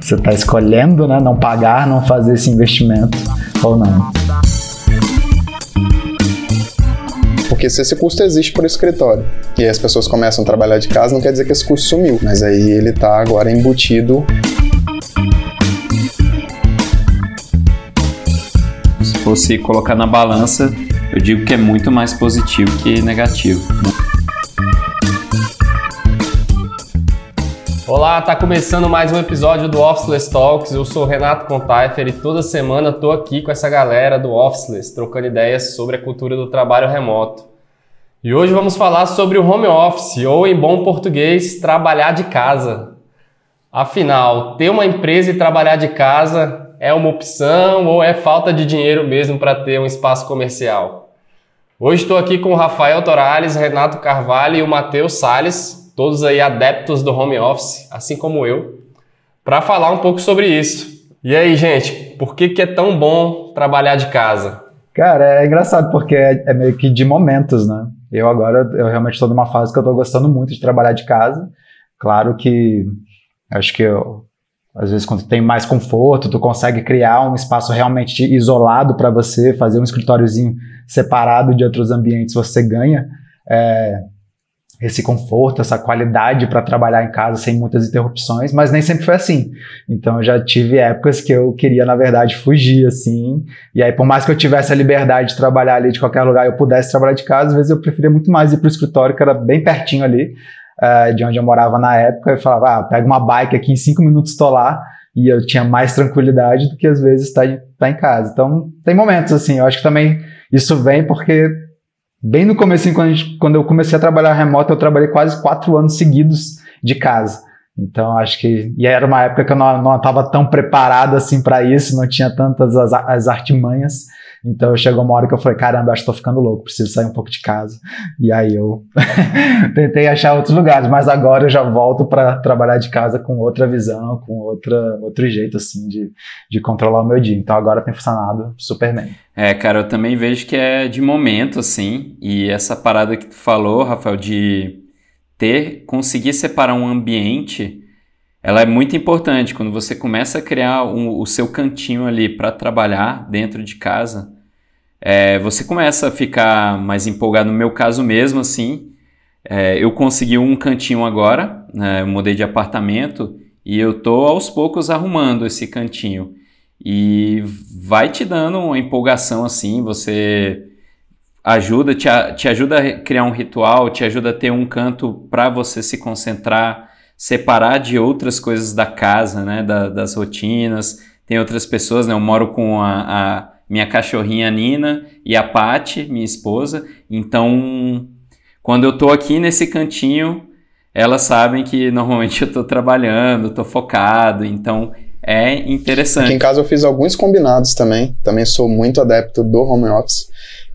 Você está escolhendo, né, não pagar, não fazer esse investimento ou não. Porque se esse custo existe para o escritório e aí as pessoas começam a trabalhar de casa, não quer dizer que esse custo sumiu, mas aí ele está agora embutido. Se fosse colocar na balança, eu digo que é muito mais positivo que negativo. Olá, tá começando mais um episódio do Officeless Talks. Eu sou o Renato Contaifer e toda semana tô aqui com essa galera do Officeless, trocando ideias sobre a cultura do trabalho remoto. E hoje vamos falar sobre o home office, ou em bom português, trabalhar de casa. Afinal, ter uma empresa e trabalhar de casa é uma opção ou é falta de dinheiro mesmo para ter um espaço comercial? Hoje estou aqui com o Rafael Torales, Renato Carvalho e o Matheus Salles, todos aí adeptos do home office, assim como eu, para falar um pouco sobre isso. E aí, gente, por que é tão bom trabalhar de casa? Cara, é engraçado porque é meio que de momentos, né? Eu realmente estou numa fase que eu estou gostando muito de trabalhar de casa. Claro que acho que às vezes quando tem mais conforto, tu consegue criar um espaço realmente isolado para você, fazer um escritóriozinho separado de outros ambientes, você ganha esse conforto, essa qualidade para trabalhar em casa sem muitas interrupções, mas nem sempre foi assim. Então eu já tive épocas que eu queria, na verdade, fugir, assim, e aí por mais que eu tivesse a liberdade de trabalhar ali de qualquer lugar, eu pudesse trabalhar de casa, às vezes eu preferia muito mais ir para o escritório, que era bem pertinho ali, de onde eu morava na época. Eu falava, pega uma bike aqui, em 5 minutos estou lá, e eu tinha mais tranquilidade do que às vezes tá em casa. Então tem momentos assim, eu acho que também isso vem porque bem no comecinho, quando eu comecei a trabalhar remoto, eu trabalhei quase 4 anos seguidos de casa. Então, acho que... E era uma época que eu não estava tão preparado assim para isso, não tinha tantas as artimanhas. Então, chegou uma hora que eu falei, caramba, acho que estou ficando louco, preciso sair um pouco de casa. E aí eu tentei achar outros lugares, mas agora eu já volto para trabalhar de casa com outra visão, com outro jeito assim de controlar o meu dia. Então, agora tem funcionado super bem. Cara, eu também vejo que é de momento, assim, e essa parada que tu falou, Rafael, de conseguir separar um ambiente, ela é muito importante. Quando você começa a criar o seu cantinho ali para trabalhar dentro de casa, você começa a ficar mais empolgado. No meu caso mesmo, assim, eu consegui um cantinho agora, né, eu mudei de apartamento e eu tô aos poucos arrumando esse cantinho. E vai te dando uma empolgação assim, você te ajuda a criar um ritual, te ajuda a ter um canto para você se concentrar, separar de outras coisas da casa, né, das rotinas. Tem outras pessoas, né, eu moro com a minha cachorrinha Nina e a Paty, minha esposa, então quando eu tô aqui nesse cantinho, elas sabem que normalmente eu tô trabalhando, tô focado, então é interessante. Aqui em casa eu fiz alguns combinados também sou muito adepto do home office,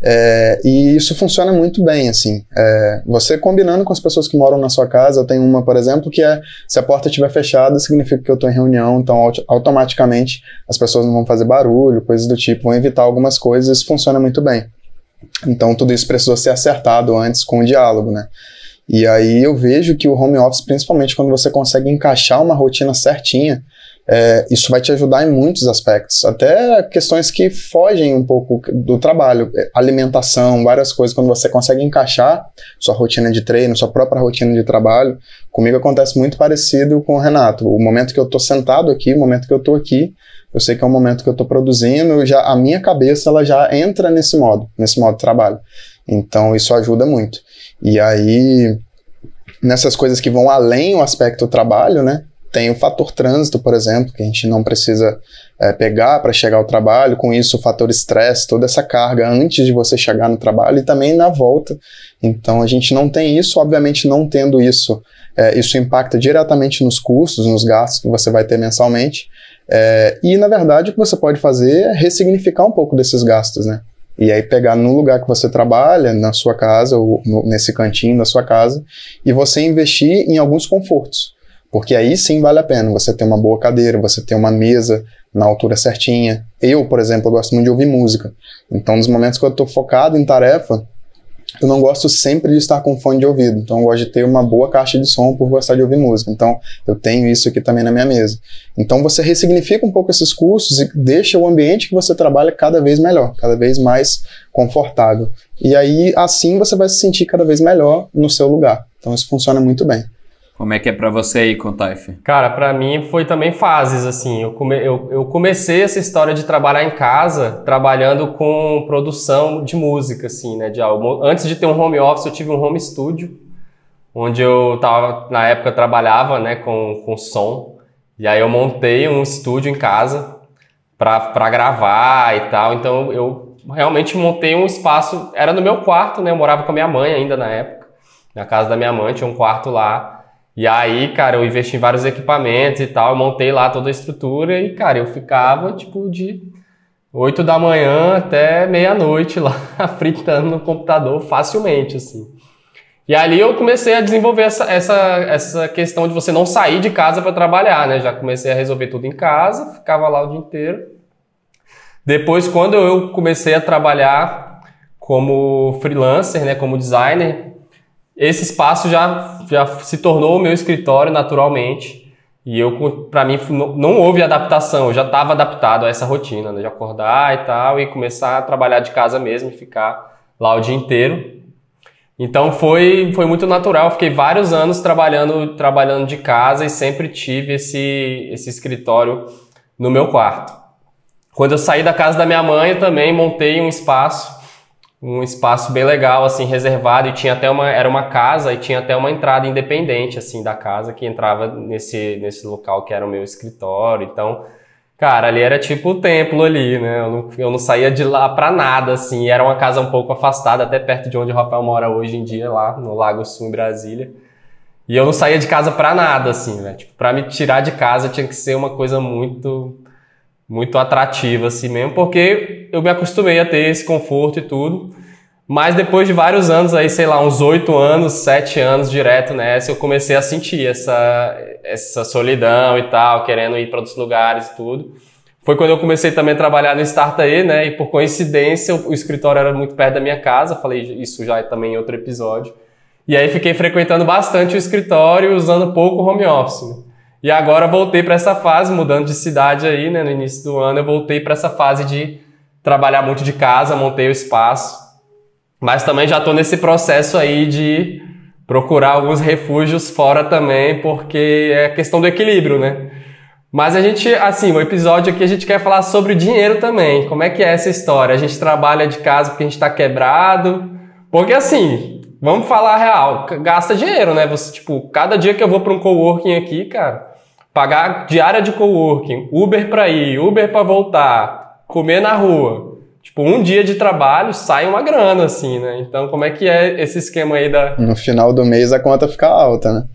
e isso funciona muito bem, assim, você combinando com as pessoas que moram na sua casa. Eu tenho uma, por exemplo, que se a porta estiver fechada, significa que eu estou em reunião, então automaticamente as pessoas não vão fazer barulho, coisas do tipo, vão evitar algumas coisas. Isso funciona muito bem. Então tudo isso precisou ser acertado antes com o diálogo, né? E aí eu vejo que o home office, principalmente quando você consegue encaixar uma rotina certinha, isso vai te ajudar em muitos aspectos, até questões que fogem um pouco do trabalho, alimentação, várias coisas. Quando você consegue encaixar sua rotina de treino, sua própria rotina de trabalho, comigo acontece muito parecido com o Renato. O momento que eu estou sentado aqui, o momento que eu estou aqui, eu sei que é o momento que eu estou produzindo, a minha cabeça ela já entra nesse modo de trabalho, então isso ajuda muito. E aí, nessas coisas que vão além do aspecto trabalho, né, tem o fator trânsito, por exemplo, que a gente não precisa pegar para chegar ao trabalho. Com isso, o fator estresse, toda essa carga antes de você chegar no trabalho e também na volta. Então, a gente não tem isso. Obviamente, não tendo isso, isso impacta diretamente nos custos, nos gastos que você vai ter mensalmente. E, na verdade, o que você pode fazer é ressignificar um pouco desses gastos, né? E aí pegar no lugar que você trabalha, na sua casa, ou nesse cantinho da sua casa, e você investir em alguns confortos. Porque aí sim vale a pena você ter uma boa cadeira, você ter uma mesa na altura certinha. Eu, por exemplo, gosto muito de ouvir música. Então, nos momentos que eu estou focado em tarefa, eu não gosto sempre de estar com fone de ouvido, então eu gosto de ter uma boa caixa de som por gostar de ouvir música, então eu tenho isso aqui também na minha mesa. Então você ressignifica um pouco esses custos e deixa o ambiente que você trabalha cada vez melhor, cada vez mais confortável. E aí, assim, você vai se sentir cada vez melhor no seu lugar. Então isso funciona muito bem. Como é que é pra você aí, Contaif? Cara, pra mim foi também fases, assim, eu comecei essa história de trabalhar em casa, trabalhando com produção de música, assim, né, de algo. Antes de ter um home office, eu tive um home studio, onde eu tava, na época, eu trabalhava, né, com som, e aí eu montei um estúdio em casa pra gravar e tal, então eu realmente montei um espaço, era no meu quarto, né, eu morava com a minha mãe ainda na época, na casa da minha mãe, tinha um quarto lá. E aí, cara, eu investi em vários equipamentos e tal, eu montei lá toda a estrutura e, cara, eu ficava, tipo, de 8 da manhã até meia-noite lá, fritando no computador facilmente, assim. E ali eu comecei a desenvolver essa questão de você não sair de casa para trabalhar, né? Já comecei a resolver tudo em casa, ficava lá o dia inteiro. Depois, quando eu comecei a trabalhar como freelancer, né, como designer, esse espaço já se tornou o meu escritório naturalmente e para mim não houve adaptação, eu já estava adaptado a essa rotina, né, de acordar e tal e começar a trabalhar de casa mesmo e ficar lá o dia inteiro. Então foi muito natural, eu fiquei vários anos trabalhando de casa e sempre tive esse escritório no meu quarto. Quando eu saí da casa da minha mãe, eu também montei um espaço bem legal, assim, reservado, e tinha até era uma casa e tinha até uma entrada independente, assim, da casa, que entrava nesse local que era o meu escritório. Então, cara, ali era tipo o templo ali, né? Eu não saía de lá pra nada, assim, era uma casa um pouco afastada, até perto de onde o Rafael mora hoje em dia, lá no Lago Sul, em Brasília. E eu não saía de casa pra nada, assim, né? Tipo, pra me tirar de casa tinha que ser uma coisa muito atrativa assim mesmo, porque eu me acostumei a ter esse conforto e tudo, mas depois de vários anos aí, sei lá, uns 8 anos, 7 anos direto nessa, eu comecei a sentir essa solidão e tal, querendo ir para outros lugares e tudo. Foi quando eu comecei também a trabalhar no Startae, né, e por coincidência o escritório era muito perto da minha casa, falei isso já também em outro episódio, e aí fiquei frequentando bastante o escritório, usando pouco o home office, né? E agora voltei para essa fase, mudando de cidade aí, né, no início do ano, eu voltei para essa fase de trabalhar muito de casa, montei o espaço, mas também já estou nesse processo aí de procurar alguns refúgios fora também, porque é questão do equilíbrio, né? Mas a gente, assim, o episódio aqui a gente quer falar sobre o dinheiro também, como é que é essa história? A gente trabalha de casa porque a gente está quebrado, porque assim, vamos falar a real, gasta dinheiro, né? Você, tipo, cada dia que eu vou para um coworking aqui, cara, pagar diária de coworking, Uber pra ir, Uber pra voltar, comer na rua. Tipo, um dia de trabalho sai uma grana, assim, né? Então, como é que é esse esquema aí da... No final do mês a conta fica alta, né?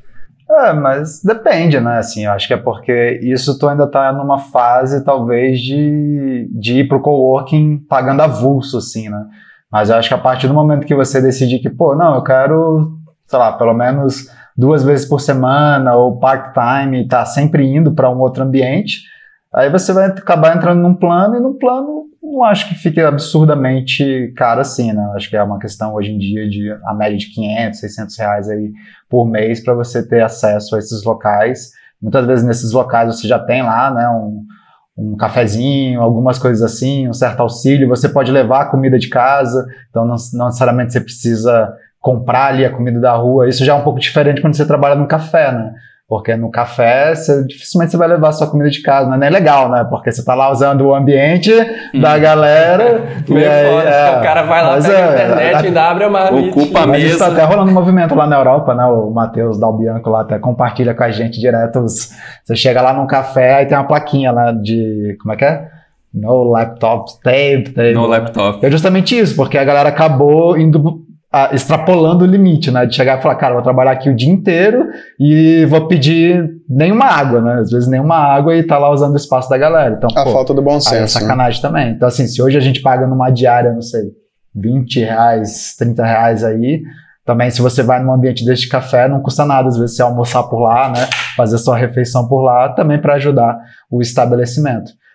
Mas depende, né? Assim, eu acho que é porque isso tu ainda tá numa fase, talvez, de ir pro coworking pagando avulso, assim, né? Mas eu acho que a partir do momento que você decidir que, pô, não, eu quero, sei lá, pelo menos 2 vezes por semana ou part-time e tá sempre indo para um outro ambiente, aí você vai acabar entrando num plano e num plano não acho que fique absurdamente caro assim, né? Eu acho que é uma questão hoje em dia de a média de 500, 600 reais aí por mês para você ter acesso a esses locais. Muitas vezes nesses locais você já tem lá, né, um cafezinho, algumas coisas assim, um certo auxílio, você pode levar a comida de casa, então não necessariamente você precisa comprar ali a comida da rua. Isso já é um pouco diferente quando você trabalha no café, né? Porque no café, dificilmente você vai levar a sua comida de casa, não é nem legal, né? Porque você tá lá usando o ambiente da galera. Meio foda, o cara vai lá, pega a internet, ainda abre a marmita. Ocupa a mesa. Isso tá até rolando um movimento lá na Europa, né? O Matheus Dalbianco lá até compartilha com a gente direto. Você chega lá num café, aí tem uma plaquinha lá de... Como é que é? No laptop table. No laptop. É justamente isso, porque a galera acabou indo... extrapolando o limite, né, de chegar e falar, cara, vou trabalhar aqui o dia inteiro e vou pedir nenhuma água, né, às vezes nenhuma água e tá lá usando o espaço da galera. Então, a falta do bom senso, é sacanagem, né? Também. Então, assim, se hoje a gente paga numa diária, não sei, 20 reais, 30 reais aí, também se você vai num ambiente desse de café, não custa nada, às vezes você almoçar por lá, né, fazer sua refeição por lá, também para ajudar o estabelecimento.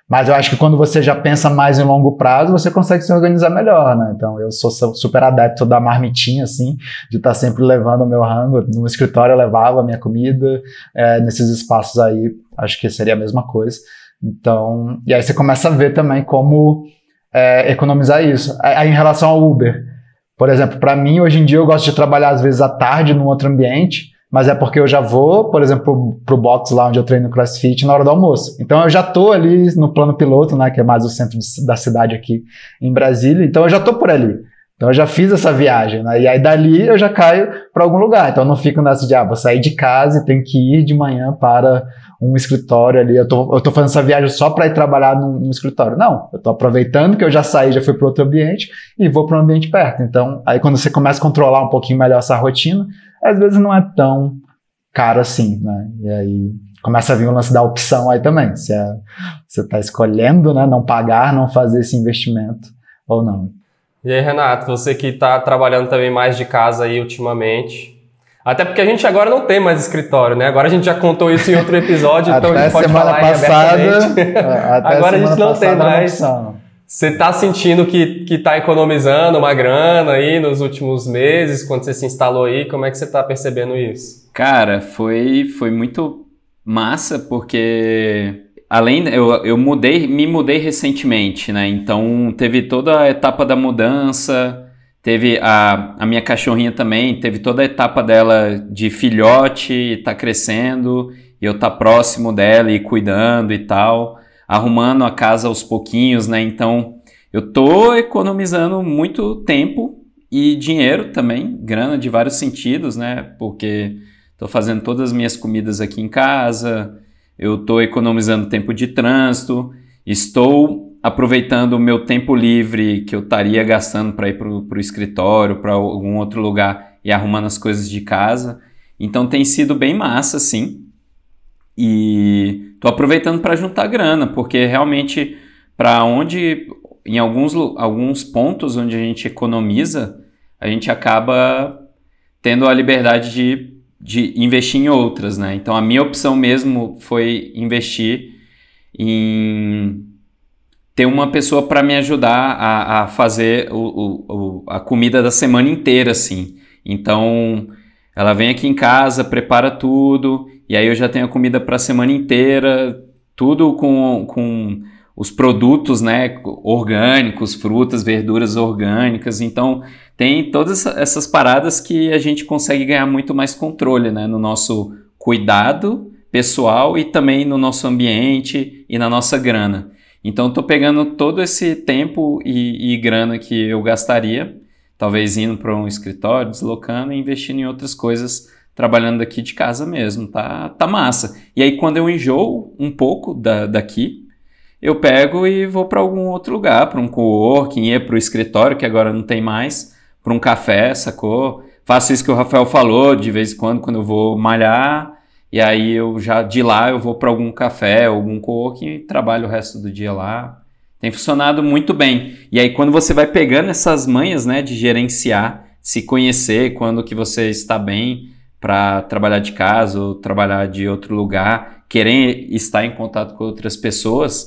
Mas eu acho que quando você já pensa mais em longo prazo, você consegue se organizar melhor, né? Então, eu sou super adepto da marmitinha, assim, de estar sempre levando o meu rango. No escritório eu levava a minha comida, nesses espaços aí, acho que seria a mesma coisa. Então, e aí você começa a ver também como economizar isso. Aí, em relação ao Uber, por exemplo, para mim, hoje em dia, eu gosto de trabalhar, às vezes, à tarde num outro ambiente, mas é porque eu já vou, por exemplo, pro box lá onde eu treino CrossFit na hora do almoço. Então eu já tô ali no plano piloto, né, que é mais o centro da cidade aqui em Brasília, então eu já tô por ali. Então eu já fiz essa viagem, né, e aí dali eu já caio para algum lugar. Então eu não fico nessa de, vou sair de casa e tenho que ir de manhã para um escritório ali. Eu tô fazendo essa viagem só para ir trabalhar num escritório. Não, eu tô aproveitando que eu já saí, já fui para outro ambiente e vou para um ambiente perto. Então aí quando você começa a controlar um pouquinho melhor essa rotina, às vezes não é tão caro assim, né? E aí começa a vir o lance da opção aí também. Se você está escolhendo, né, não pagar, não fazer esse investimento ou não. E aí, Renato, você que está trabalhando também mais de casa aí ultimamente, até porque a gente agora não tem mais escritório, né? Agora a gente já contou isso em outro episódio, então a gente pode falar abertamente. Agora a gente não tem mais. Você está sentindo que está economizando uma grana aí nos últimos meses, quando você se instalou aí? Como é que você está percebendo isso? Cara, foi muito massa, porque eu me mudei recentemente, né? Então teve toda a etapa da mudança, teve a minha cachorrinha também, teve toda a etapa dela de filhote, tá crescendo, e eu tá próximo dela e cuidando e tal, arrumando a casa aos pouquinhos, né? Então, eu tô economizando muito tempo e dinheiro também, grana de vários sentidos, né? Porque tô fazendo todas as minhas comidas aqui em casa, eu tô economizando tempo de trânsito, estou aproveitando o meu tempo livre que eu estaria gastando para ir pro escritório, para algum outro lugar e arrumando as coisas de casa. Então, tem sido bem massa, sim. E tô aproveitando para juntar grana, porque realmente em alguns pontos onde a gente economiza, a gente acaba tendo a liberdade de investir em outras, né? Então a minha opção mesmo foi investir em ter uma pessoa para me ajudar a fazer a comida da semana inteira, assim. Então ela vem aqui em casa, prepara tudo, e aí eu já tenho a comida para a semana inteira, tudo com os produtos, né, orgânicos, frutas, verduras orgânicas. Então tem todas essas paradas que a gente consegue ganhar muito mais controle, né, no nosso cuidado pessoal e também no nosso ambiente e na nossa grana. Então estou pegando todo esse tempo e grana que eu gastaria, talvez indo para um escritório, deslocando e investindo em outras coisas, trabalhando daqui de casa mesmo, tá massa. E aí quando eu enjoo um pouco daqui, eu pego e vou para algum outro lugar, para um coworking, ir para o escritório, que agora não tem mais, para um café, sacou? Faço isso que o Rafael falou, de vez em quando eu vou malhar, e aí eu já de lá eu vou para algum café, algum coworking e trabalho o resto do dia lá. Tem funcionado muito bem. E aí quando você vai pegando essas manhas, né, de gerenciar, se conhecer, quando que você está bem para trabalhar de casa ou trabalhar de outro lugar, querer estar em contato com outras pessoas,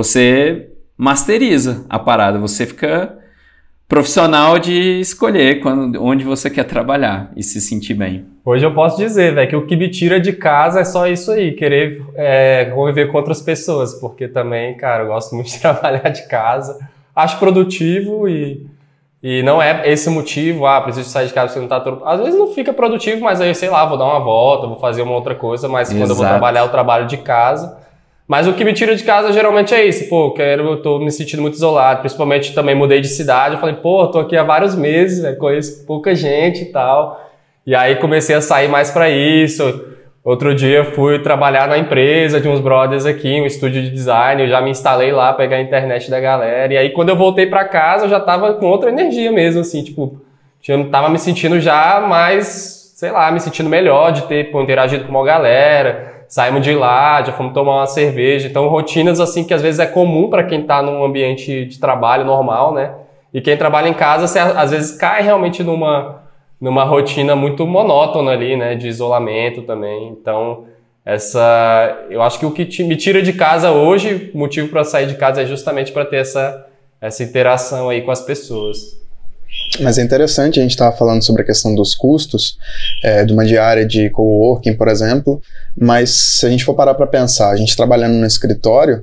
você masteriza a parada, você fica profissional de escolher onde você quer trabalhar e se sentir bem. Hoje eu posso dizer, velho, que o que me tira de casa é só isso aí, querer conviver com outras pessoas, porque também, cara, eu gosto muito de trabalhar de casa, acho produtivo e não é esse o motivo, preciso sair de casa porque não tá todo... Às vezes não fica produtivo, mas aí, sei lá, vou dar uma volta, vou fazer uma outra coisa, mas quando eu vou trabalhar, eu trabalho de casa. Mas o que me tira de casa geralmente é isso, eu tô me sentindo muito isolado, principalmente também mudei de cidade, eu falei, tô aqui há vários meses, conheço pouca gente e tal, e aí comecei a sair mais pra isso. Outro dia fui trabalhar na empresa de uns brothers aqui, um estúdio de design, eu já me instalei lá, pegar a internet da galera, e aí quando eu voltei pra casa eu já tava com outra energia mesmo, assim, tipo, eu tava me sentindo já mais, sei lá, me sentindo melhor de ter interagido com uma galera. Saímos de lá, já fomos tomar uma cerveja. Então, rotinas assim que às vezes é comum para quem está num ambiente de trabalho normal, né? E quem trabalha em casa, você, às vezes cai realmente numa rotina muito monótona ali, né? De isolamento também. Então, eu acho que o que me tira de casa hoje, o motivo para sair de casa é justamente para ter essa interação aí com as pessoas. Mas é interessante, a gente estava falando sobre a questão dos custos, de uma diária de coworking, por exemplo, mas se a gente for parar para pensar, a gente trabalhando no escritório,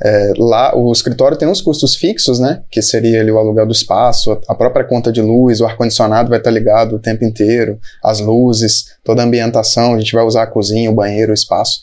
lá o escritório tem uns custos fixos, né, que seria ali o aluguel do espaço, a própria conta de luz, o ar-condicionado vai estar ligado o tempo inteiro, as luzes, toda a ambientação, a gente vai usar a cozinha, o banheiro, o espaço.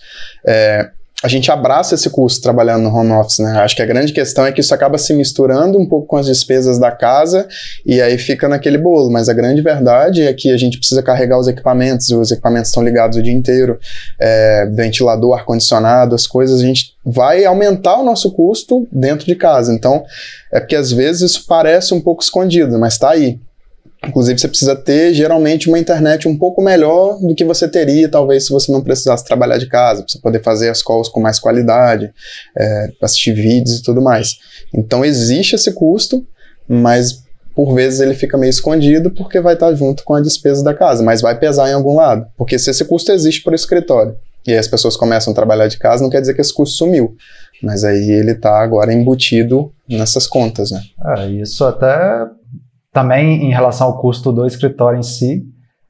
A gente abraça esse custo trabalhando no home office, né? Acho que a grande questão é que isso acaba se misturando um pouco com as despesas da casa e aí fica naquele bolo, mas a grande verdade é que a gente precisa carregar os equipamentos estão ligados o dia inteiro, ventilador, ar-condicionado, as coisas, a gente vai aumentar o nosso custo dentro de casa, então é porque às vezes isso parece um pouco escondido, mas está aí. Inclusive, você precisa ter, geralmente, uma internet um pouco melhor do que você teria, talvez, se você não precisasse trabalhar de casa, para você poder fazer as calls com mais qualidade, assistir vídeos e tudo mais. Então, existe esse custo, mas, por vezes, ele fica meio escondido porque vai estar junto com a despesa da casa, mas vai pesar em algum lado. Porque se esse custo existe para o escritório e aí as pessoas começam a trabalhar de casa, não quer dizer que esse custo sumiu. Mas aí ele está agora embutido nessas contas, né? Isso até... Também, em relação ao custo do escritório em si,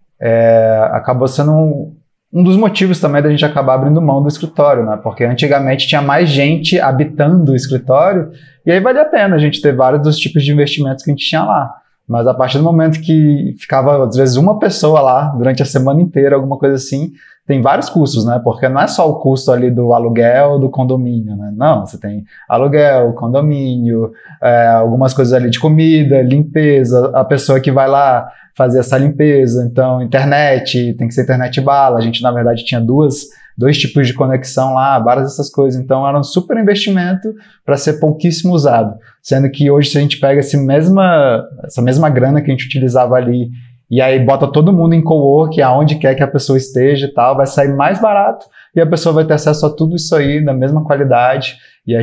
acabou sendo um dos motivos também da gente acabar abrindo mão do escritório, né? Porque antigamente tinha mais gente habitando o escritório e aí valia a pena a gente ter vários dos tipos de investimentos que a gente tinha lá. Mas a partir do momento que ficava, às vezes, uma pessoa lá durante a semana inteira, alguma coisa assim, tem vários custos, né? Porque não é só o custo ali do aluguel, do condomínio, né? Não, você tem aluguel, condomínio, algumas coisas ali de comida, limpeza, a pessoa que vai lá fazer essa limpeza, então internet, tem que ser internet bala, a gente na verdade tinha dois tipos de conexão lá, várias dessas coisas, então era um super investimento para ser pouquíssimo usado, sendo que hoje se a gente pega essa mesma grana que a gente utilizava ali e aí bota todo mundo em cowork, aonde quer que a pessoa esteja e tal, vai sair mais barato e a pessoa vai ter acesso a tudo isso aí da mesma qualidade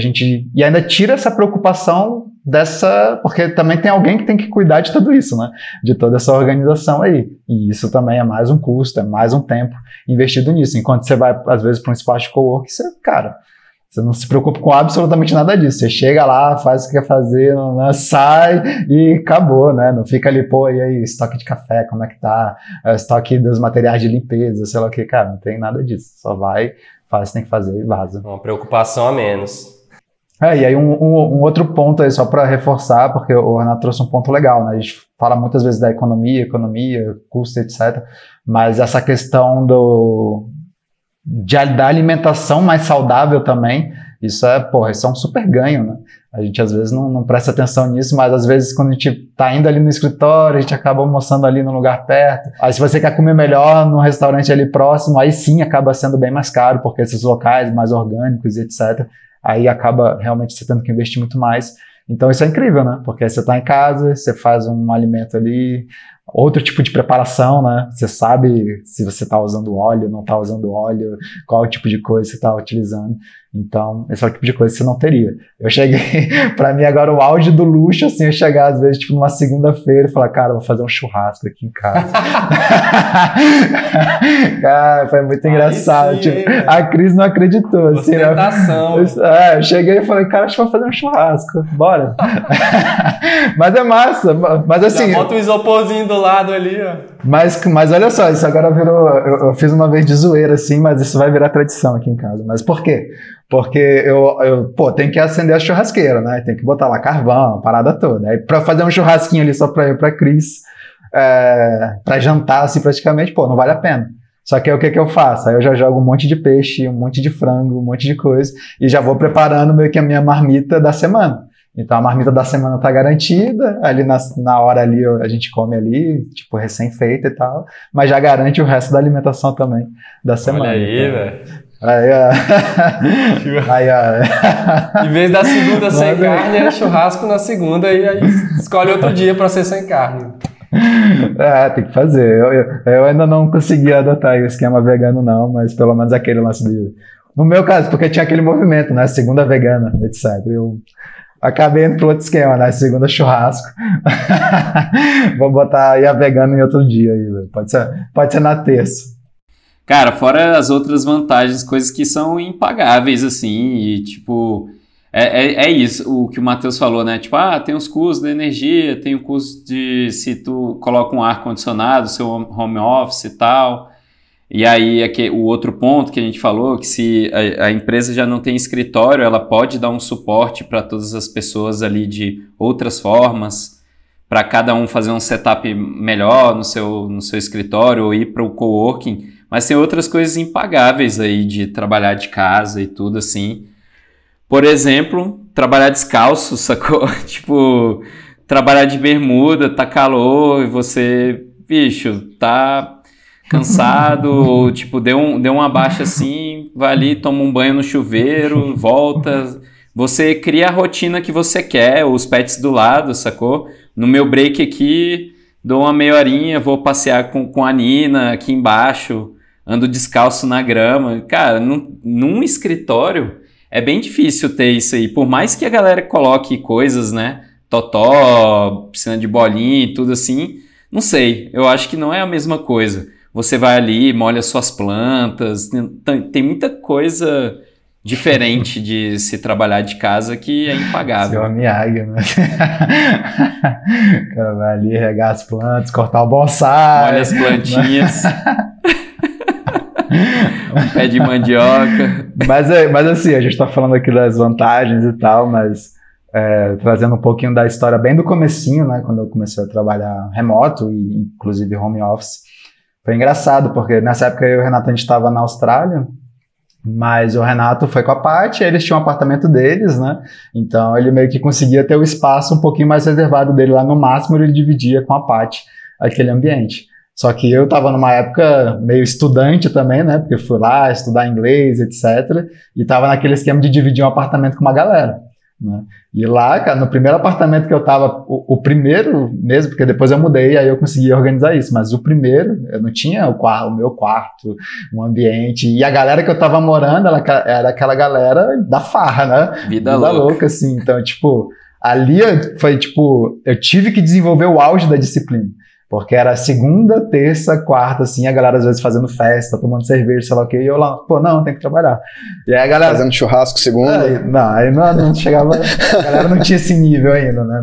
e ainda tira essa preocupação porque também tem alguém que tem que cuidar de tudo isso, né? De toda essa organização aí. E isso também é mais um custo, é mais um tempo investido nisso. Enquanto você vai, às vezes, para um espaço de cowork, você não se preocupa com absolutamente nada disso. Você chega lá, faz o que quer fazer, né, sai e acabou, né? Não fica ali, e aí, estoque de café, como é que tá? Estoque dos materiais de limpeza, sei lá o que, cara, não tem nada disso. Só vai, faz o que tem que fazer e vaza. Uma preocupação a menos. E aí um outro ponto aí, só para reforçar, porque o Renato trouxe um ponto legal, né? A gente fala muitas vezes da economia, custo, etc. Mas essa questão da alimentação mais saudável também, isso é um super ganho, né? A gente às vezes não presta atenção nisso, mas às vezes quando a gente tá indo ali no escritório, a gente acaba almoçando ali no lugar perto. Aí se você quer comer melhor no restaurante ali próximo, aí sim acaba sendo bem mais caro, porque esses locais mais orgânicos e etc., aí acaba realmente você tendo que investir muito mais. Então isso é incrível, né? Porque você está em casa, você faz um alimento ali, outro tipo de preparação, né? Você sabe se você está usando óleo, não está usando óleo, qual o tipo de coisa você está utilizando. Então, esse é o tipo de coisa que você não teria. Eu cheguei, pra mim agora o auge do luxo, assim, eu chegar às vezes, numa segunda-feira e falar, cara, vou fazer um churrasco aqui em casa. Cara, foi muito engraçado. Sim, a Cris não acreditou. Assim, ostentação. Eu cheguei e falei, cara, acho que vou fazer um churrasco, bora. Mas é massa, mas assim... Já bota um isoporzinho do lado ali, ó. Mas olha só, isso agora virou... Eu fiz uma vez de zoeira, assim, mas isso vai virar tradição aqui em casa. Mas por quê? Porque eu tenho que acender a churrasqueira, né? Tem que botar lá carvão, a parada toda. Aí pra fazer um churrasquinho ali só pra eu e pra Cris, pra jantar, assim, praticamente, não vale a pena. Só que aí o que eu faço? Aí eu já jogo um monte de peixe, um monte de frango, um monte de coisa, e já vou preparando meio que a minha marmita da semana. Então a marmita da semana tá garantida, ali na hora ali a gente come ali, recém-feita e tal, mas já garante o resto da alimentação também da semana. Olha aí, então, velho. Aí, Em vez da segunda sem carne, é churrasco na segunda e aí escolhe outro dia pra ser sem carne. Tem que fazer. Eu ainda não consegui adotar o esquema vegano não, mas pelo menos aquele lance de... No meu caso, porque tinha aquele movimento, né? Segunda vegana, etc. Eu acabei indo pro outro esquema, né? Segunda churrasco. Vou botar aí a vegana em outro dia. Aí, pode ser na terça. Cara, fora as outras vantagens, coisas que são impagáveis, assim, e tipo, é isso, o que o Matheus falou, né? Tipo, tem os custos da energia, tem o custo de se tu coloca um ar-condicionado, seu home office e tal. E aí, aqui, o outro ponto que a gente falou, que se a empresa já não tem escritório, ela pode dar um suporte para todas as pessoas ali de outras formas, para cada um fazer um setup melhor no seu escritório ou ir para o coworking. Mas tem outras coisas impagáveis aí de trabalhar de casa e tudo assim. Por exemplo, trabalhar descalço, sacou? Tipo, trabalhar de bermuda, tá calor e você, bicho, tá cansado, ou tipo, deu uma baixa assim, vai ali, toma um banho no chuveiro, volta. Você cria a rotina que você quer, os pets do lado, sacou? No meu break aqui, dou uma meia horinha, vou passear com a Nina aqui embaixo, ando descalço na grama. Cara, num escritório é bem difícil ter isso aí. Por mais que a galera coloque coisas, né? Totó, piscina de bolinha e tudo assim. Não sei, eu acho que não é a mesma coisa. Você vai ali, molha suas plantas. Tem muita coisa diferente de se trabalhar de casa que é impagável. Seu Miyagi, né? O cara vai ali regar as plantas, cortar o bonsai. Molha as plantinhas. Um pé de mandioca. Mas assim, a gente tá falando aqui das vantagens e tal, mas trazendo um pouquinho da história bem do comecinho, né, quando eu comecei a trabalhar remoto e inclusive home office, foi engraçado, porque nessa época eu e o Renato, a gente estava na Austrália, mas o Renato foi com a Paty, eles tinham um apartamento deles, né, então ele meio que conseguia ter o espaço um pouquinho mais reservado dele lá, no máximo ele dividia com a Paty aquele ambiente. Só que eu estava numa época meio estudante também, né? Porque eu fui lá estudar inglês, etc. E estava naquele esquema de dividir um apartamento com uma galera, né? E lá, cara, no primeiro apartamento que eu estava, o primeiro mesmo, porque depois eu mudei, aí eu consegui organizar isso. Mas o primeiro, eu não tinha o meu quarto, um ambiente. E a galera que eu estava morando, ela era aquela galera da farra, né? Vida louca, assim. Então, tipo, ali foi, tipo, eu tive que desenvolver o auge da disciplina. Porque era segunda, terça, quarta, assim, a galera às vezes fazendo festa, tomando cerveja, sei lá o quê, e eu lá, não, tem que trabalhar. E aí a galera... Fazendo churrasco segunda? Aí não chegava, a galera não tinha esse nível ainda, né,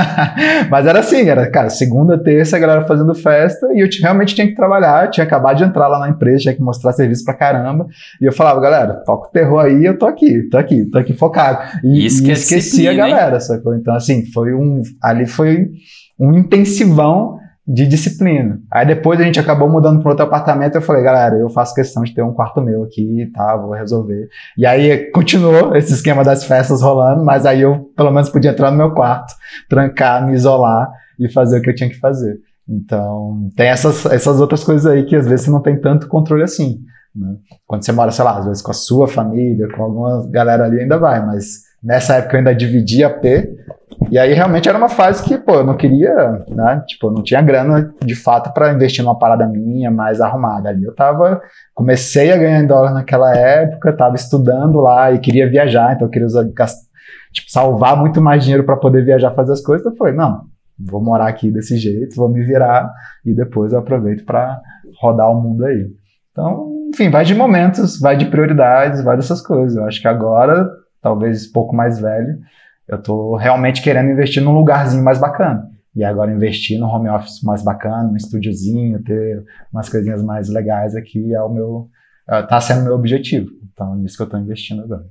mas era assim, cara, segunda, terça, a galera fazendo festa, e eu realmente tinha que trabalhar, tinha acabado de entrar lá na empresa, tinha que mostrar serviço pra caramba, e eu falava, galera, toca o terror aí, eu tô aqui focado. E esqueci a galera, sacou? Então, assim, ali foi um intensivão de disciplina. Aí depois a gente acabou mudando para outro apartamento, eu falei, galera, eu faço questão de ter um quarto meu aqui e tá, vou resolver. E aí continuou esse esquema das festas rolando, mas aí eu pelo menos podia entrar no meu quarto, trancar, me isolar e fazer o que eu tinha que fazer. Então, tem essas outras coisas aí que às vezes você não tem tanto controle assim, né? Quando você mora, sei lá, às vezes com a sua família, com alguma galera ali ainda vai, mas nessa época eu ainda dividia AP. E aí realmente era uma fase que, eu não queria, né, tipo, eu não tinha grana de fato para investir numa parada minha mais arrumada. Ali eu comecei a ganhar em dólar naquela época, tava estudando lá e queria viajar, então eu queria salvar muito mais dinheiro para poder viajar, fazer as coisas. Então eu falei, não, vou morar aqui desse jeito, vou me virar e depois eu aproveito para rodar o mundo aí. Então, enfim, vai de momentos, vai de prioridades, vai dessas coisas. Eu acho que agora, talvez um pouco mais velho, eu tô realmente querendo investir num lugarzinho mais bacana. E agora investir num home office mais bacana, num estúdiozinho, ter umas coisinhas mais legais aqui tá sendo meu objetivo. Então, nisso que eu tô investindo agora.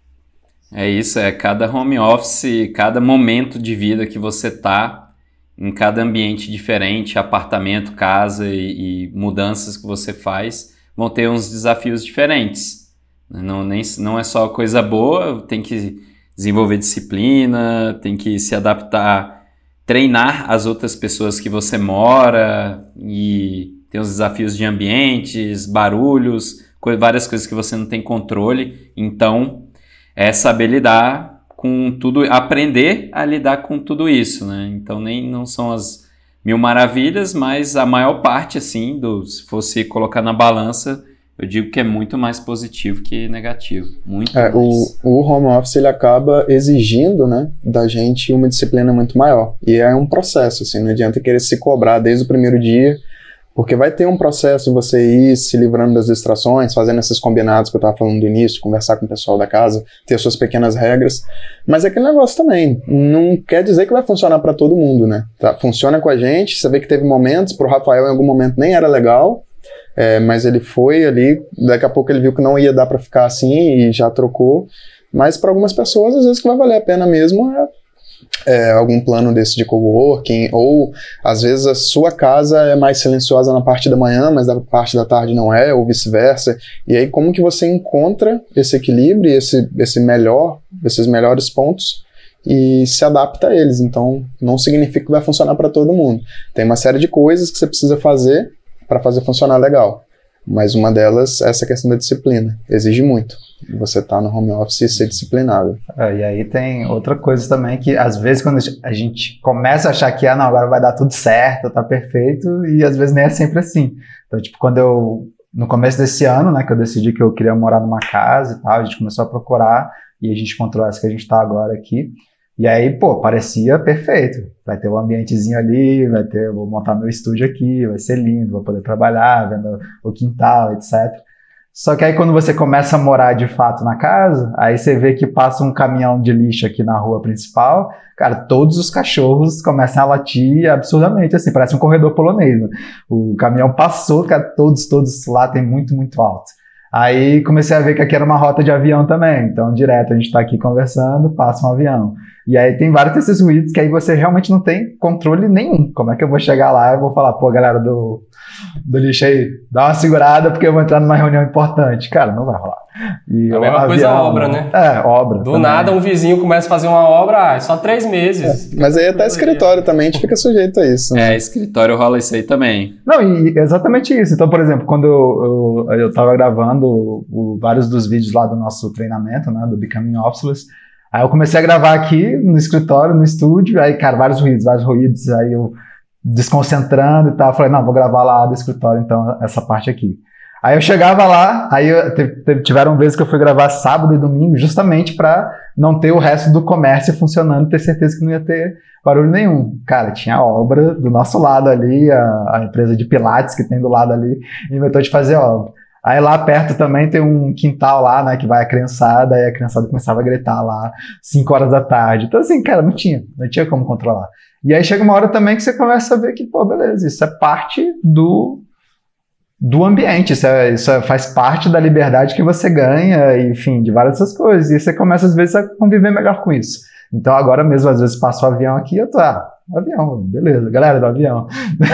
É isso, cada home office, cada momento de vida que você tá, em cada ambiente diferente, apartamento, casa e mudanças que você faz, vão ter uns desafios diferentes. Não é só coisa boa, tem que desenvolver disciplina, tem que se adaptar, treinar as outras pessoas que você mora e tem os desafios de ambientes, barulhos, várias coisas que você não tem controle. Então, é saber lidar com tudo, aprender a lidar com tudo isso, né? Então, não são as mil maravilhas, mas a maior parte, assim, se fosse colocar na balança, eu digo que é muito mais positivo que negativo. Muito mais. O home office ele acaba exigindo, né, da gente uma disciplina muito maior. E é um processo, assim, não adianta querer se cobrar desde o primeiro dia Porque vai ter um processo de você ir se livrando das distrações, fazendo esses combinados que eu estava falando no início, conversar com o pessoal da casa, ter suas pequenas regras. Mas é aquele negócio também, não quer dizer que vai funcionar para todo mundo, né? Tá? Funciona com a gente, você vê que teve momentos, pro Rafael em algum momento nem era legal, mas ele foi ali, daqui a pouco ele viu que não ia dar para ficar assim e já trocou. Mas para algumas pessoas, às vezes, que vai valer a pena mesmo algum plano desse de coworking, ou às vezes a sua casa é mais silenciosa na parte da manhã, mas na parte da tarde não é, ou vice-versa. E aí como que você encontra esse equilíbrio, esses melhores pontos e se adapta a eles. Então não significa que vai funcionar para todo mundo. Tem uma série de coisas que você precisa fazer para fazer funcionar legal. Mas uma delas é essa questão da disciplina. Exige muito. Você tá no home office e ser disciplinado. E aí tem outra coisa também que, às vezes, quando a gente começa a achar que, não, agora vai dar tudo certo, tá perfeito, e às vezes nem é sempre assim. Então, tipo, no começo desse ano, né, que eu decidi que eu queria morar numa casa e tal, a gente começou a procurar, e a gente encontrou essa que a gente tá agora aqui. E aí, pô, parecia perfeito. Vai ter um ambientezinho ali, vou montar meu estúdio aqui, vai ser lindo, vou poder trabalhar, vendo o quintal, etc. Só que aí quando você começa a morar de fato na casa, aí você vê que passa um caminhão de lixo aqui na rua principal, cara, todos os cachorros começam a latir absurdamente, assim, parece um corredor polonês, né? O caminhão passou, cara, todos latem muito, muito alto. Aí comecei a ver que aqui era uma rota de avião também, então direto a gente tá aqui conversando, passa um avião. E aí tem vários desses ruídos que aí você realmente não tem controle nenhum. Como é que eu vou chegar lá e vou falar, pô, galera do lixo aí, dá uma segurada porque eu vou entrar numa reunião importante. Cara, não vai rolar. E a mesma coisa a obra, né? Obra. Do nada um vizinho começa a fazer uma obra, só 3 meses. Mas aí até escritório também a gente fica sujeito a isso. Né? Escritório rola isso aí também. Não, e exatamente isso. Então, por exemplo, quando eu tava gravando vários dos vídeos lá do nosso treinamento, né, do Becoming Officeless, aí eu comecei a gravar aqui no escritório, no estúdio, aí, cara, vários ruídos, aí eu desconcentrando e tal, eu falei, não, vou gravar lá do escritório, então, essa parte aqui. Aí eu chegava lá, aí tiveram vezes que eu fui gravar sábado e domingo, justamente para não ter o resto do comércio funcionando, ter certeza que não ia ter barulho nenhum. Cara, tinha obra do nosso lado ali, a empresa de pilates que tem do lado ali, inventou de fazer obra. Aí lá perto também tem um quintal lá, né, que vai a criançada, aí a criançada começava a gritar lá, 5 horas da tarde. Então assim, cara, não tinha como controlar. E aí chega uma hora também que você começa a ver que, pô, beleza, isso é parte do ambiente, isso faz parte da liberdade que você ganha, enfim, de várias dessas coisas. E você começa às vezes a conviver melhor com isso. Então agora mesmo, às vezes passa o avião aqui, eu tô, avião, beleza, galera do avião.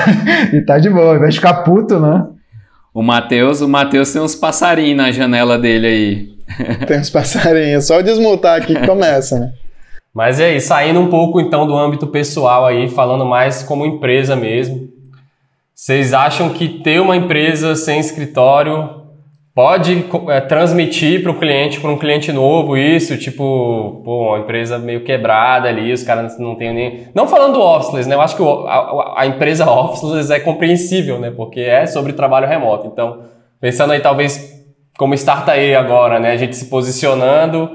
E tá de boa, ao invés de ficar puto, né? O Matheus tem uns passarinhos na janela dele aí. Tem uns passarinhos, só desmutar aqui que começa, né? Mas é isso, saindo um pouco então do âmbito pessoal aí, falando mais como empresa mesmo. Vocês acham que ter uma empresa sem escritório pode transmitir para um cliente novo isso? Tipo, pô, uma empresa meio quebrada ali, os caras não tem nem... Não falando do officeless, né? Eu acho que a empresa officeless é compreensível, né? Porque é sobre trabalho remoto. Então, pensando aí talvez como Startae agora, né? A gente se posicionando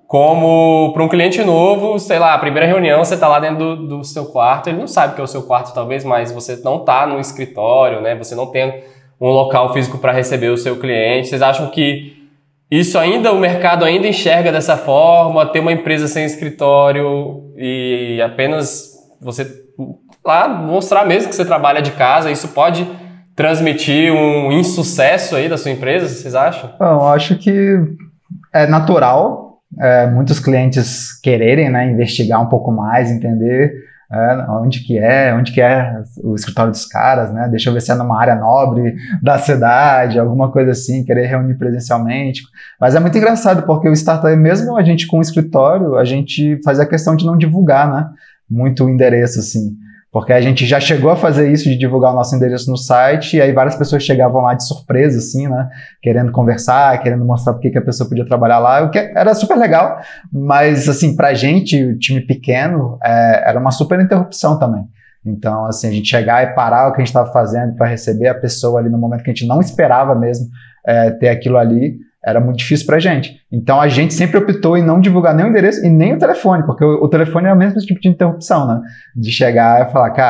como para um cliente novo, sei lá, a primeira reunião você está lá dentro do seu quarto, ele não sabe que é o seu quarto talvez, mas você não está no escritório, né? Você não tem um local físico para receber o seu cliente. Vocês acham que isso ainda, o mercado ainda enxerga dessa forma, ter uma empresa sem escritório e apenas você lá mostrar mesmo que você trabalha de casa, isso pode transmitir um insucesso aí da sua empresa, vocês acham? Bom, eu acho que é natural muitos clientes quererem, né, investigar um pouco mais, entender onde que é o escritório dos caras, né? Deixa eu ver se é numa área nobre da cidade, alguma coisa assim, querer reunir presencialmente. Mas é muito engraçado, porque o Startae, mesmo a gente com o escritório, a gente faz a questão de não divulgar, né, muito o endereço, assim. Porque a gente já chegou a fazer isso, de divulgar o nosso endereço no site, e aí várias pessoas chegavam lá de surpresa, assim, né? Querendo conversar, querendo mostrar por que a pessoa podia trabalhar lá, o que era super legal, mas, assim, pra gente, o time pequeno, era uma super interrupção também. Então, assim, a gente chegar e parar o que a gente estava fazendo para receber a pessoa ali no momento que a gente não esperava mesmo ter aquilo ali, era muito difícil pra gente. Então a gente sempre optou em não divulgar nem o endereço e nem o telefone, porque o telefone é o mesmo tipo de interrupção, né? De chegar e falar, cara,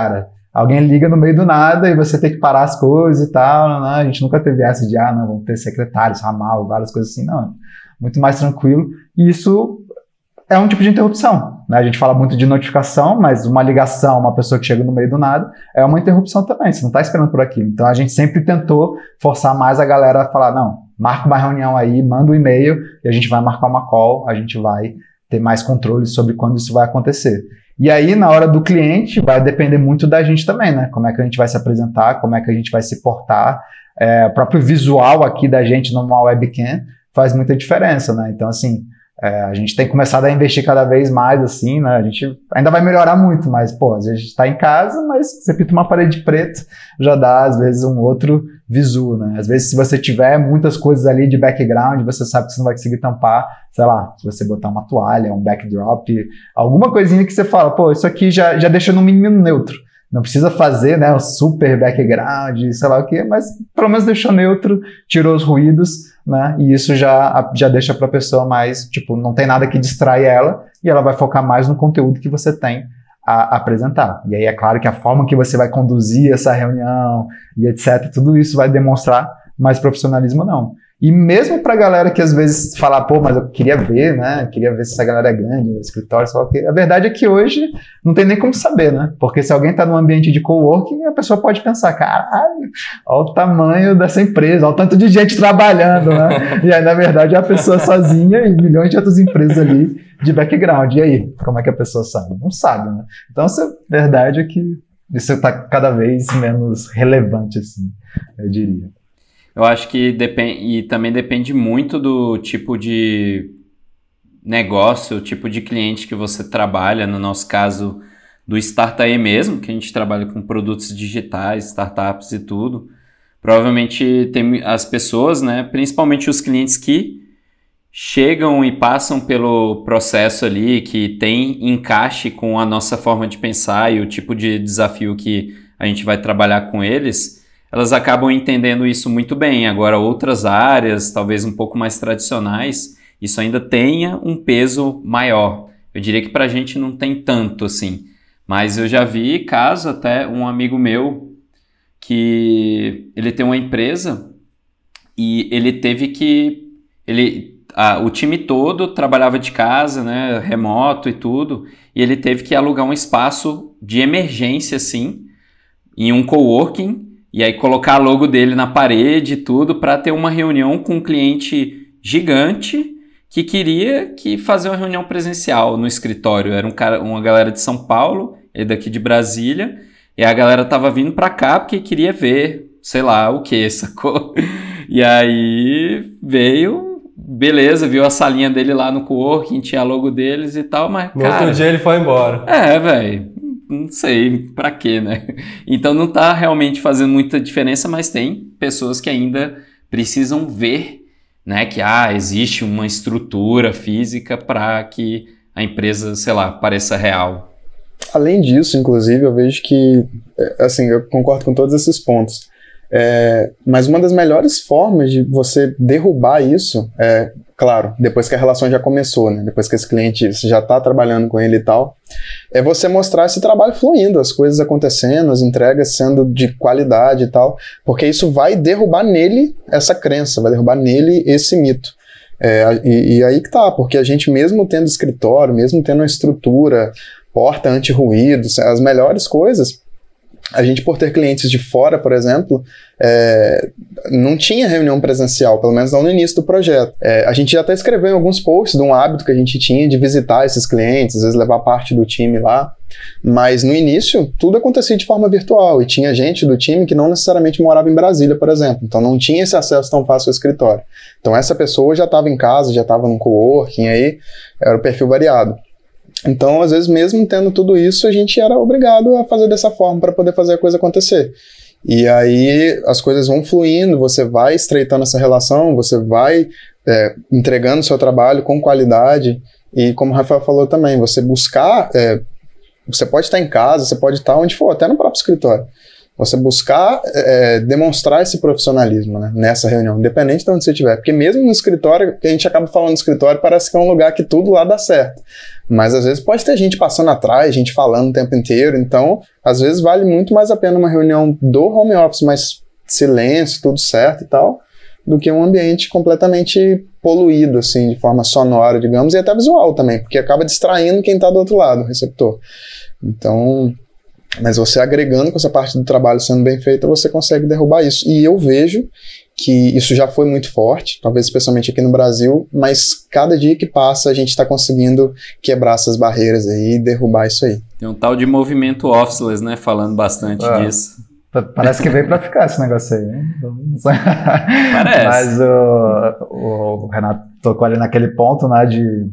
Alguém liga no meio do nada e você tem que parar as coisas e tal, né? A gente nunca teve essa de, não, vamos ter secretários, ramal, várias coisas assim, não. Muito mais tranquilo. E isso é um tipo de interrupção, né? A gente fala muito de notificação, mas uma ligação, uma pessoa que chega no meio do nada, é uma interrupção também, você não está esperando por aquilo. Então a gente sempre tentou forçar mais a galera a falar, não, marca uma reunião aí, manda um e-mail e a gente vai marcar uma call, a gente vai ter mais controle sobre quando isso vai acontecer. E aí, na hora do cliente, vai depender muito da gente também, né? Como é que a gente vai se apresentar, como é que a gente vai se portar. O próprio visual aqui da gente numa webcam faz muita diferença, né? Então, assim, a gente tem começado a investir cada vez mais, assim, né? A gente ainda vai melhorar muito, mas, pô, às vezes a gente tá em casa, mas você pinta uma parede preta, já dá, às vezes, um outro visu, né? Às vezes, se você tiver muitas coisas ali de background, você sabe que você não vai conseguir tampar, sei lá, se você botar uma toalha, um backdrop, alguma coisinha que você fala, pô, isso aqui já deixa no mínimo neutro. Não precisa fazer, né, o super background, sei lá o quê, mas pelo menos deixou neutro, tirou os ruídos, né, e isso já deixa para a pessoa mais, tipo, não tem nada que distrai ela, e ela vai focar mais no conteúdo que você tem a apresentar. E aí é claro que a forma que você vai conduzir essa reunião e etc, tudo isso vai demonstrar mais profissionalismo ou não. E mesmo pra galera que às vezes fala, pô, mas eu queria ver, né? Queria ver se essa galera é grande no escritório, sei lá o quê. A verdade é que hoje não tem nem como saber, né? Porque se alguém tá num ambiente de coworking, a pessoa pode pensar, caralho, olha o tamanho dessa empresa, olha o tanto de gente trabalhando, né? E aí, na verdade, é a pessoa sozinha e milhões de outras empresas ali de background. E aí, como é que a pessoa sabe? Não sabe, né? Então, a verdade é que isso tá cada vez menos relevante, assim, eu diria. Eu acho que e também depende muito do tipo de negócio, o tipo de cliente que você trabalha. No nosso caso, do Startae mesmo, que a gente trabalha com produtos digitais, startups e tudo. Provavelmente tem as pessoas, né, principalmente os clientes que chegam e passam pelo processo ali, que tem encaixe com a nossa forma de pensar e o tipo de desafio que a gente vai trabalhar com eles, elas acabam entendendo isso muito bem. Agora, outras áreas, talvez um pouco mais tradicionais, isso ainda tenha um peso maior. Eu diria que pra gente não tem tanto assim. Mas eu já vi caso, até um amigo meu, que ele tem uma empresa e ele teve que... o time todo trabalhava de casa, né, remoto e tudo, e ele teve que alugar um espaço de emergência, assim, em um coworking, e aí colocar a logo dele na parede e tudo para ter uma reunião com um cliente gigante que queria fazer uma reunião presencial no escritório. Era uma galera de São Paulo, ele daqui de Brasília, e a galera tava vindo para cá porque queria ver, sei lá o que, sacou? E aí veio, beleza, viu a salinha dele lá no coworking, tinha a logo deles e tal, mas no outro dia ele foi embora. Velho. Não sei pra quê, né? Então não tá realmente fazendo muita diferença, mas tem pessoas que ainda precisam ver, né, que existe uma estrutura física para que a empresa, sei lá, pareça real. Além disso, inclusive, eu vejo que, assim, eu concordo com todos esses pontos. Mas uma das melhores formas de você derrubar isso claro, depois que a relação já começou, né? Depois que esse cliente já está trabalhando com ele e tal, é você mostrar esse trabalho fluindo, as coisas acontecendo, as entregas sendo de qualidade e tal, porque isso vai derrubar nele essa crença, vai derrubar nele esse mito. E aí que tá, porque a gente mesmo tendo escritório, mesmo tendo uma estrutura, porta anti-ruído, as melhores coisas, a gente, por ter clientes de fora, por exemplo, não tinha reunião presencial, pelo menos não no início do projeto. A gente já até escreveu em alguns posts de um hábito que a gente tinha de visitar esses clientes, às vezes levar parte do time lá, mas no início tudo acontecia de forma virtual e tinha gente do time que não necessariamente morava em Brasília, por exemplo, então não tinha esse acesso tão fácil ao escritório. Então essa pessoa já estava em casa, já estava num coworking, aí era o perfil variado. Então, às vezes, mesmo tendo tudo isso, a gente era obrigado a fazer dessa forma para poder fazer a coisa acontecer. E aí as coisas vão fluindo, você vai estreitando essa relação, você vai entregando o seu trabalho com qualidade. E como o Rafael falou também, você buscar... você pode estar em casa, você pode estar onde for, até no próprio escritório. você buscar demonstrar esse profissionalismo, né, nessa reunião, independente de onde você estiver. Porque mesmo no escritório, que a gente acaba falando do escritório, parece que é um lugar que tudo lá dá certo. Mas às vezes pode ter gente passando atrás, gente falando o tempo inteiro. Então, às vezes vale muito mais a pena uma reunião do home office, mas silêncio, tudo certo e tal, do que um ambiente completamente poluído, assim, de forma sonora, digamos, e até visual também, porque acaba distraindo quem está do outro lado, o receptor. Então, mas você agregando com essa parte do trabalho sendo bem feita, você consegue derrubar isso. E eu vejo que isso já foi muito forte, talvez especialmente aqui no Brasil, mas cada dia que passa a gente está conseguindo quebrar essas barreiras aí e derrubar isso aí. Tem um tal de movimento officeless, né, falando bastante disso. Parece que veio pra ficar esse negócio aí, né? Parece. Mas o Renato tocou ali naquele ponto, né,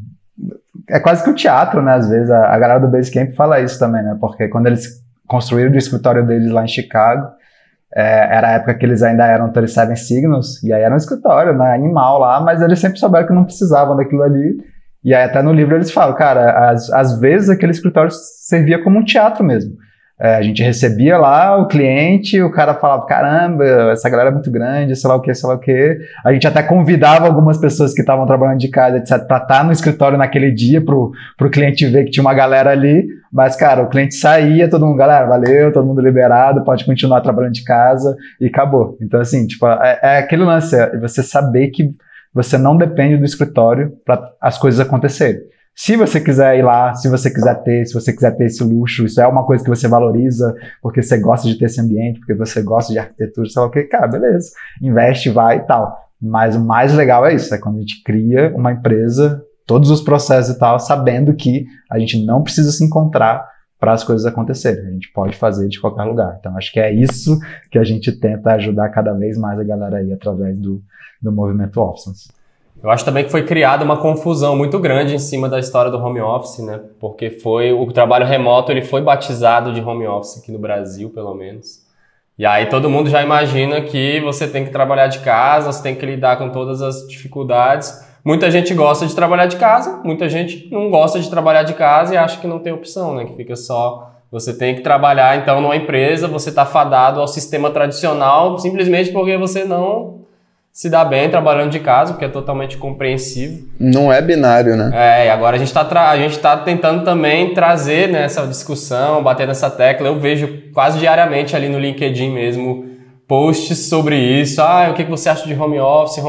é quase que o teatro, né, às vezes, a galera do Basecamp fala isso também, né, porque quando eles construíram o escritório deles lá em Chicago, era a época que eles ainda eram 37 Signals, e aí era um escritório, né, animal lá, mas eles sempre souberam que não precisavam daquilo ali, e aí até no livro eles falam, cara, às vezes aquele escritório servia como um teatro mesmo. A gente recebia lá o cliente, o cara falava, caramba, essa galera é muito grande, sei lá o que. A gente até convidava algumas pessoas que estavam trabalhando de casa, etc, para estar no escritório naquele dia, pro cliente ver que tinha uma galera ali. Mas, cara, o cliente saía, todo mundo, galera, valeu, todo mundo liberado, pode continuar trabalhando de casa, e acabou. Então, assim, tipo, é aquele lance, você saber que você não depende do escritório para as coisas acontecerem. Se você quiser ir lá, se você quiser ter esse luxo, isso é uma coisa que você valoriza, porque você gosta de ter esse ambiente, porque você gosta de arquitetura, sei lá o que, cara, beleza, investe, vai e tal. Mas o mais legal é isso, é quando a gente cria uma empresa, todos os processos e tal, sabendo que a gente não precisa se encontrar para as coisas acontecerem, a gente pode fazer de qualquer lugar. Então acho que é isso que a gente tenta ajudar cada vez mais a galera aí através do movimento Office. Eu acho também que foi criada uma confusão muito grande em cima da história do home office, né? Porque o trabalho remoto, ele foi batizado de home office aqui no Brasil, pelo menos. E aí todo mundo já imagina que você tem que trabalhar de casa, você tem que lidar com todas as dificuldades. Muita gente gosta de trabalhar de casa, muita gente não gosta de trabalhar de casa e acha que não tem opção, né? Que fica só... Você tem que trabalhar, então, numa empresa, você está fadado ao sistema tradicional, simplesmente porque você não se dá bem trabalhando de casa, o que é totalmente compreensível. Não é binário, né? E agora a gente tá tentando também trazer, né, essa discussão, bater nessa tecla. Eu vejo quase diariamente ali no LinkedIn mesmo posts sobre isso. O que você acha de home office?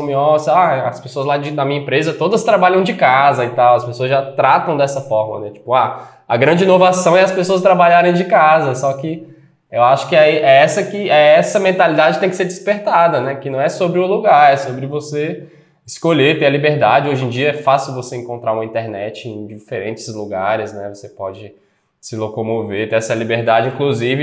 As pessoas lá da minha empresa todas trabalham de casa e tal. As pessoas já tratam dessa forma, né? Tipo, a grande inovação é as pessoas trabalharem de casa, só que eu acho que essa mentalidade tem que ser despertada, né? Que não é sobre o lugar, é sobre você escolher, ter a liberdade. Hoje em dia é fácil você encontrar uma internet em diferentes lugares, né? Você pode se locomover, ter essa liberdade, inclusive,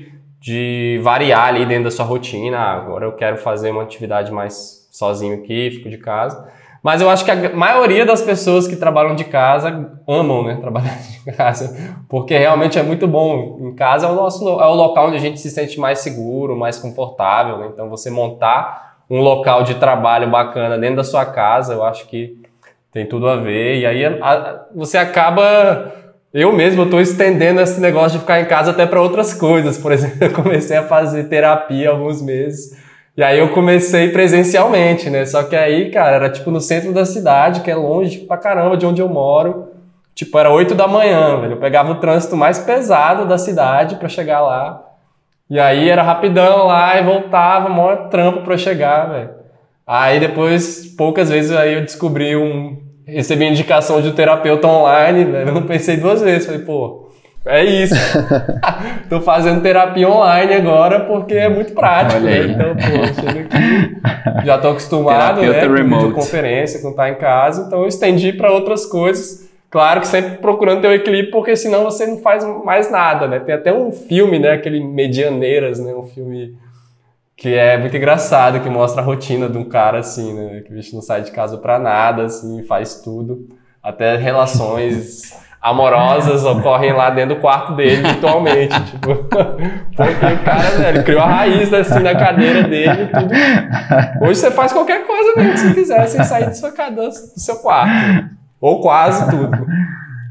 de variar ali dentro da sua rotina. Agora eu quero fazer uma atividade mais sozinho aqui, fico de casa. Mas eu acho que a maioria das pessoas que trabalham de casa amam, né, trabalhar de casa, porque realmente é muito bom. Em casa é o local onde a gente se sente mais seguro, mais confortável, né? Então você montar um local de trabalho bacana dentro da sua casa, eu acho que tem tudo a ver. E aí você acaba... Eu mesmo estou estendendo esse negócio de ficar em casa até para outras coisas. Por exemplo, eu comecei a fazer terapia há alguns meses. E aí eu comecei presencialmente, né? Só que aí, cara, era tipo no centro da cidade, que é longe pra caramba de onde eu moro. Tipo, era 8 da manhã, velho. Eu pegava o trânsito mais pesado da cidade pra chegar lá. E aí era rapidão lá e voltava, maior trampo pra chegar, velho. Aí depois, poucas vezes, aí eu recebi indicação de um terapeuta online, velho. Eu não pensei duas vezes. Falei, pô... É isso. Tô fazendo terapia online agora porque é muito prático. Né? Então, chego aqui, já tô acostumado, né, com videoconferência, com estar em casa, então eu estendi para outras coisas. Claro que sempre procurando ter o equilíbrio, porque senão você não faz mais nada, né? Tem até um filme, né, aquele Medianeiras, né, um filme que é muito engraçado, que mostra a rotina de um cara assim, né, que o bicho não sai de casa para nada, assim, faz tudo, até relações amorosas ocorrem lá dentro do quarto dele, virtualmente, tipo, porque o cara, velho, criou a raiz assim na cadeira dele e tudo. Hoje você faz qualquer coisa mesmo que você quiser, sem sair do seu quarto, ou quase tudo.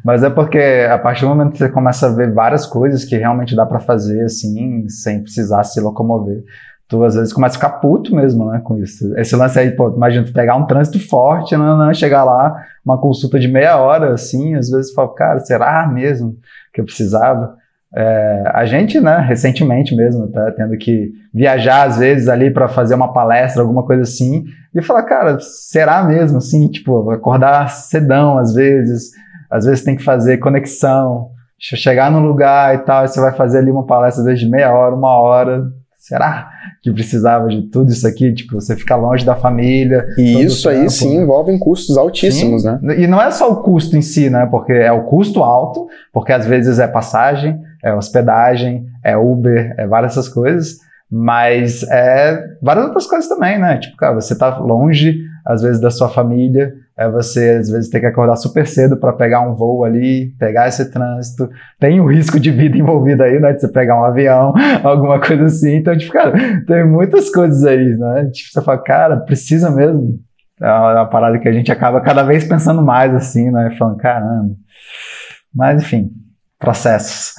Mas é porque a partir do momento que você começa a ver várias coisas que realmente dá pra fazer, assim, sem precisar se locomover, tu às vezes começa a ficar puto mesmo, né, com isso. Esse lance aí, pô, imagina tu pegar um trânsito forte, chegar lá, uma consulta de meia hora, assim, às vezes tu fala, cara, será mesmo que eu precisava? A gente, né, recentemente mesmo, tá tendo que viajar às vezes ali para fazer uma palestra, alguma coisa assim, e falar, cara, será mesmo assim, tipo, acordar cedão às vezes tem que fazer conexão, chegar no lugar e tal, e você vai fazer ali uma palestra às vezes de meia hora, uma hora, será que precisava de tudo isso aqui? Tipo, você fica longe da família. E isso aí sim envolve custos altíssimos, sim, né? E não é só o custo em si, né? Porque é o custo alto, porque às vezes é passagem, é hospedagem, é Uber, é várias essas coisas, mas é várias outras coisas também, né? Tipo, cara, você tá longe, às vezes, da sua família, você, às vezes, tem que acordar super cedo para pegar um voo ali, pegar esse trânsito, tem o risco de vida envolvido aí, né? De você pegar um avião, alguma coisa assim. Então, tipo, cara, tem muitas coisas aí, né? Tipo, você fala, cara, precisa mesmo? É uma parada que a gente acaba cada vez pensando mais, assim, né? Falando, caramba. Mas, enfim, processos.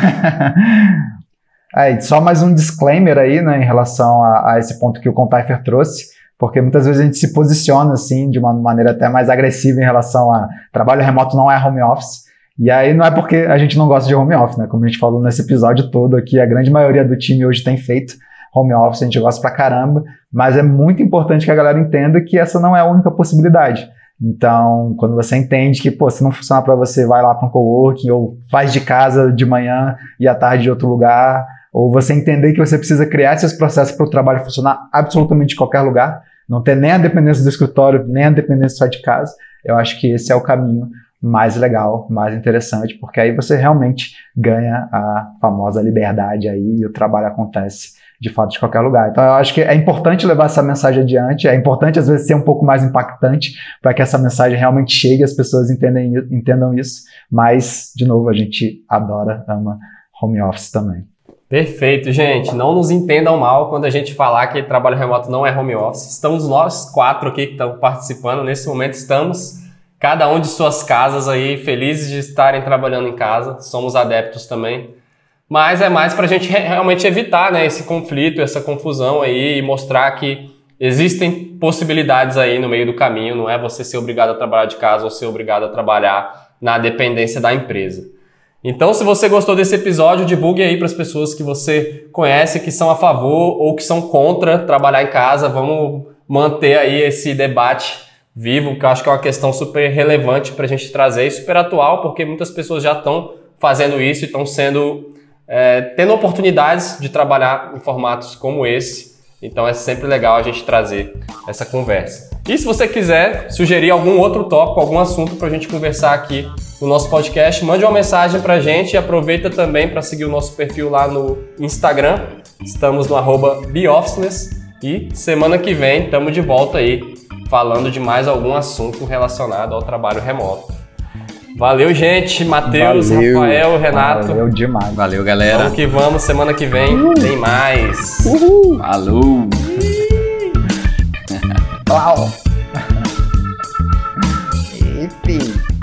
Aí, só mais um disclaimer aí, né, em relação a esse ponto que o Contaifer trouxe, porque muitas vezes a gente se posiciona, assim, de uma maneira até mais agressiva em relação a trabalho remoto não é home office, e aí não é porque a gente não gosta de home office, né, como a gente falou nesse episódio todo aqui, a grande maioria do time hoje tem feito home office, a gente gosta pra caramba, mas é muito importante que a galera entenda que essa não é a única possibilidade. Então, quando você entende que, pô, se não funcionar para você, vai lá para um coworking, ou faz de casa de manhã e à tarde de outro lugar, ou você entender que você precisa criar esses processos para o trabalho funcionar absolutamente em qualquer lugar, não ter nem a dependência do escritório, nem a dependência só de casa, eu acho que esse é o caminho mais legal, mais interessante, porque aí você realmente ganha a famosa liberdade aí e o trabalho acontece de fato de qualquer lugar. Então eu acho que é importante levar essa mensagem adiante, é importante às vezes ser um pouco mais impactante para que essa mensagem realmente chegue e as pessoas entendam isso, mas de novo a gente ama home office também. Perfeito, gente. Não nos entendam mal quando a gente falar que trabalho remoto não é home office. Estamos nós 4 aqui que estamos participando. Nesse momento estamos cada um de suas casas aí, felizes de estarem trabalhando em casa. Somos adeptos também. Mas é mais para a gente realmente evitar, né, esse conflito, essa confusão aí e mostrar que existem possibilidades aí no meio do caminho. Não é você ser obrigado a trabalhar de casa ou ser obrigado a trabalhar na dependência da empresa. Então, se você gostou desse episódio, divulgue aí para as pessoas que você conhece, que são a favor ou que são contra trabalhar em casa. Vamos manter aí esse debate vivo, que eu acho que é uma questão super relevante para a gente trazer e super atual, porque muitas pessoas já estão fazendo isso e estão tendo oportunidades de trabalhar em formatos como esse. Então é sempre legal a gente trazer essa conversa. E se você quiser sugerir algum outro tópico, algum assunto para a gente conversar aqui no nosso podcast, mande uma mensagem para a gente e aproveita também para seguir o nosso perfil lá no Instagram. Estamos no @beofficeless e semana que vem estamos de volta aí falando de mais algum assunto relacionado ao trabalho remoto. Valeu, gente. Matheus, Rafael, Renato. Valeu demais. Valeu, galera. Vamos que vamos. Semana que vem tem mais. Falou. Tchau. Enfim.